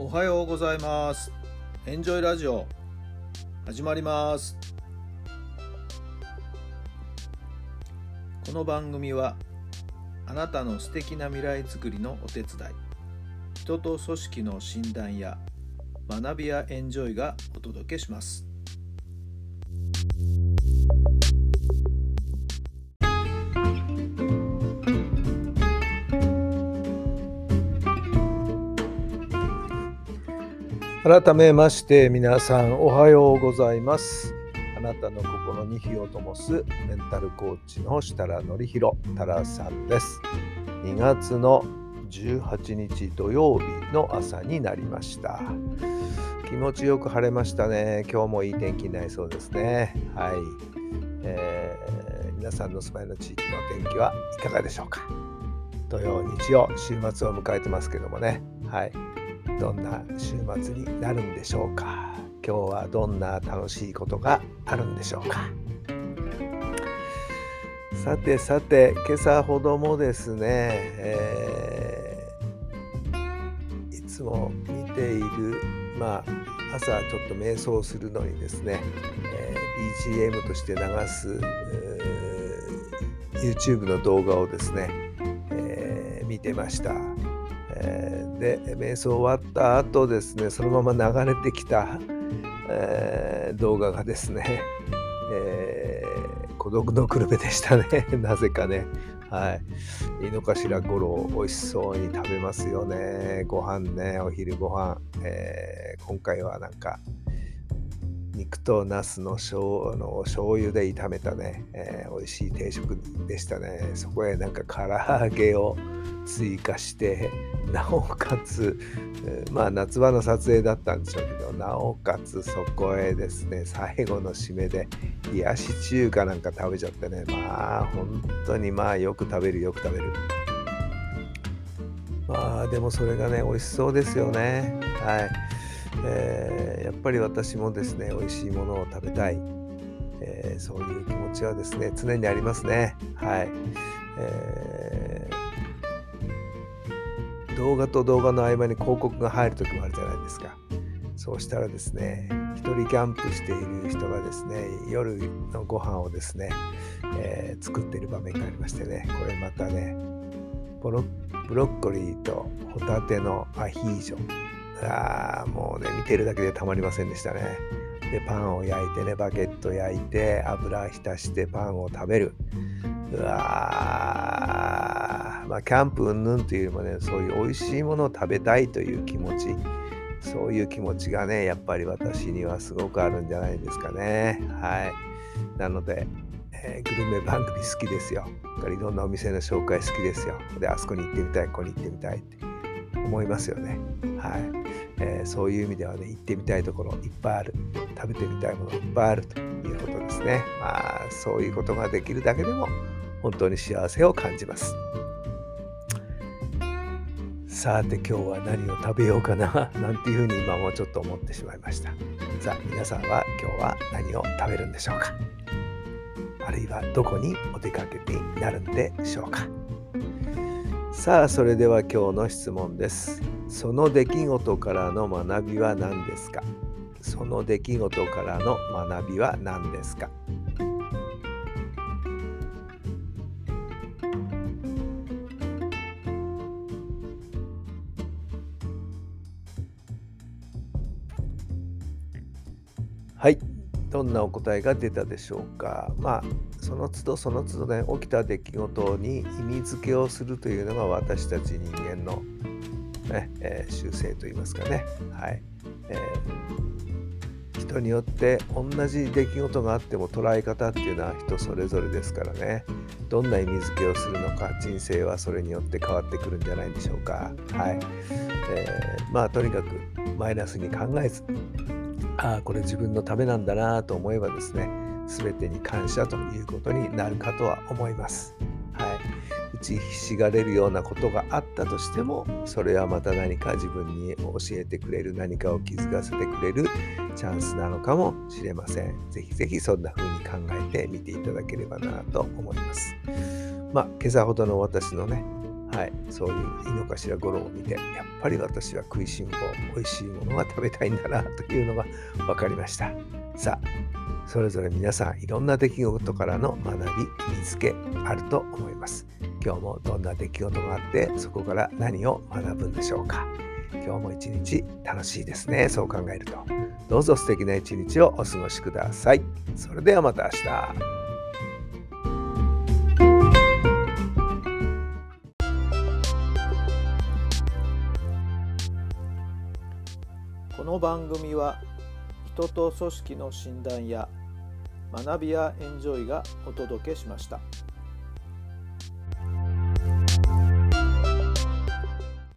おはようございます。エンジョイラジオ始まります。この番組はあなたの素敵な未来づくりのお手伝い、人と組織の診断や学びやエンジョイがお届けします。改めまして皆さんおはようございます。あなたの心に火を灯すメンタルコーチの設楽範弘太良さんです。2月の18日土曜日の朝になりました。気持ちよく晴れましたね。今日もいい天気になりそうですね。はい、皆さんの住まいの地域の天気はいかがでしょうか。土曜日曜週末を迎えてますけどもね。どんな週末になるんでしょうか。今日はどんな楽しいことがあるんでしょうか。さて今朝ほどもですね、いつも見ている朝ちょっと瞑想するのにですね、BGM として流す、YouTube の動画をですね、見てました。で瞑想終わった後ですね、そのまま流れてきた、動画がですね、孤独のグルメでしたね。なぜかね。井の頭五郎美味しそうに食べますよね。ご飯ね、お昼ご飯、今回はなんか肉とナスの醤油で炒めたね、美味しい定食でしたね。そこへなんか唐揚げを追加して、なおかつ、夏場の撮影だったんでしょうけど、なおかつそこへですね、最後の締めで冷やし中華なんか食べちゃってね、本当によく食べる。でもそれがね、美味しそうですよね。やっぱり私もですね、美味しいものを食べたい、そういう気持ちはですね、常にありますね。動画と動画の合間に広告が入る時もあるじゃないですか。そうしたらですね、一人キャンプしている人がですね、夜のご飯をですね、作っている場面がありましてね、これまたね、ブロッコリーとホタテのアヒージョ、もうね、見てるだけでたまりませんでしたね。でパンを焼いてね、バゲット焼いて油浸してパンを食べる。キャンプ云々というよりもね、そういう美味しいものを食べたいという気持ち、そういう気持ちがね、やっぱり私にはすごくあるんじゃないですかね。なので、グルメ番組好きですよ。いろんなお店の紹介好きですよ。で、あそこに行ってみたい、ここに行ってみたいって思いますよね。そういう意味ではね、行ってみたいところいっぱいある、食べてみたいものいっぱいあるということですね。そういうことができるだけでも本当に幸せを感じます。さて今日は何を食べようかななんていうふうに今もちょっと思ってしまいました。さあ皆さんは今日は何を食べるんでしょうか。あるいはどこにお出かけになるんでしょうか。さあそれでは今日の質問です。その出来事からの学びは何ですか。その出来事からの学びは何ですか。どんなお答えが出たでしょうか。その都度ね、起きた出来事に意味付けをするというのが私たち人間の、習性といいますかね。人によって同じ出来事があっても捉え方っていうのは人それぞれですからね。どんな意味付けをするのか、人生はそれによって変わってくるんじゃないでしょうか。とにかくマイナスに考えず、これ自分のためなんだなと思えばですね、全てに感謝ということになるかとは思います。打ちひしがれるようなことがあったとしても、それはまた何か自分に教えてくれる、何かを気づかせてくれるチャンスなのかもしれません。ぜひそんな風に考えてみていただければなと思います。今朝ほどの私のね、 そういう井の頭五郎を見て、やっぱり私は食いしん坊、美味しいものが食べたいんだなというのが分かりました。さあ、それぞれ皆さんいろんな出来事からの学び、身付けあると思います。今日もどんな出来事があって、そこから何を学ぶんでしょうか。今日も一日楽しいですね。そう考えると。どうぞ素敵な一日をお過ごしください。それではまた明日。 この番組は人と組織の診断や学びやエンジョイがお届けしました。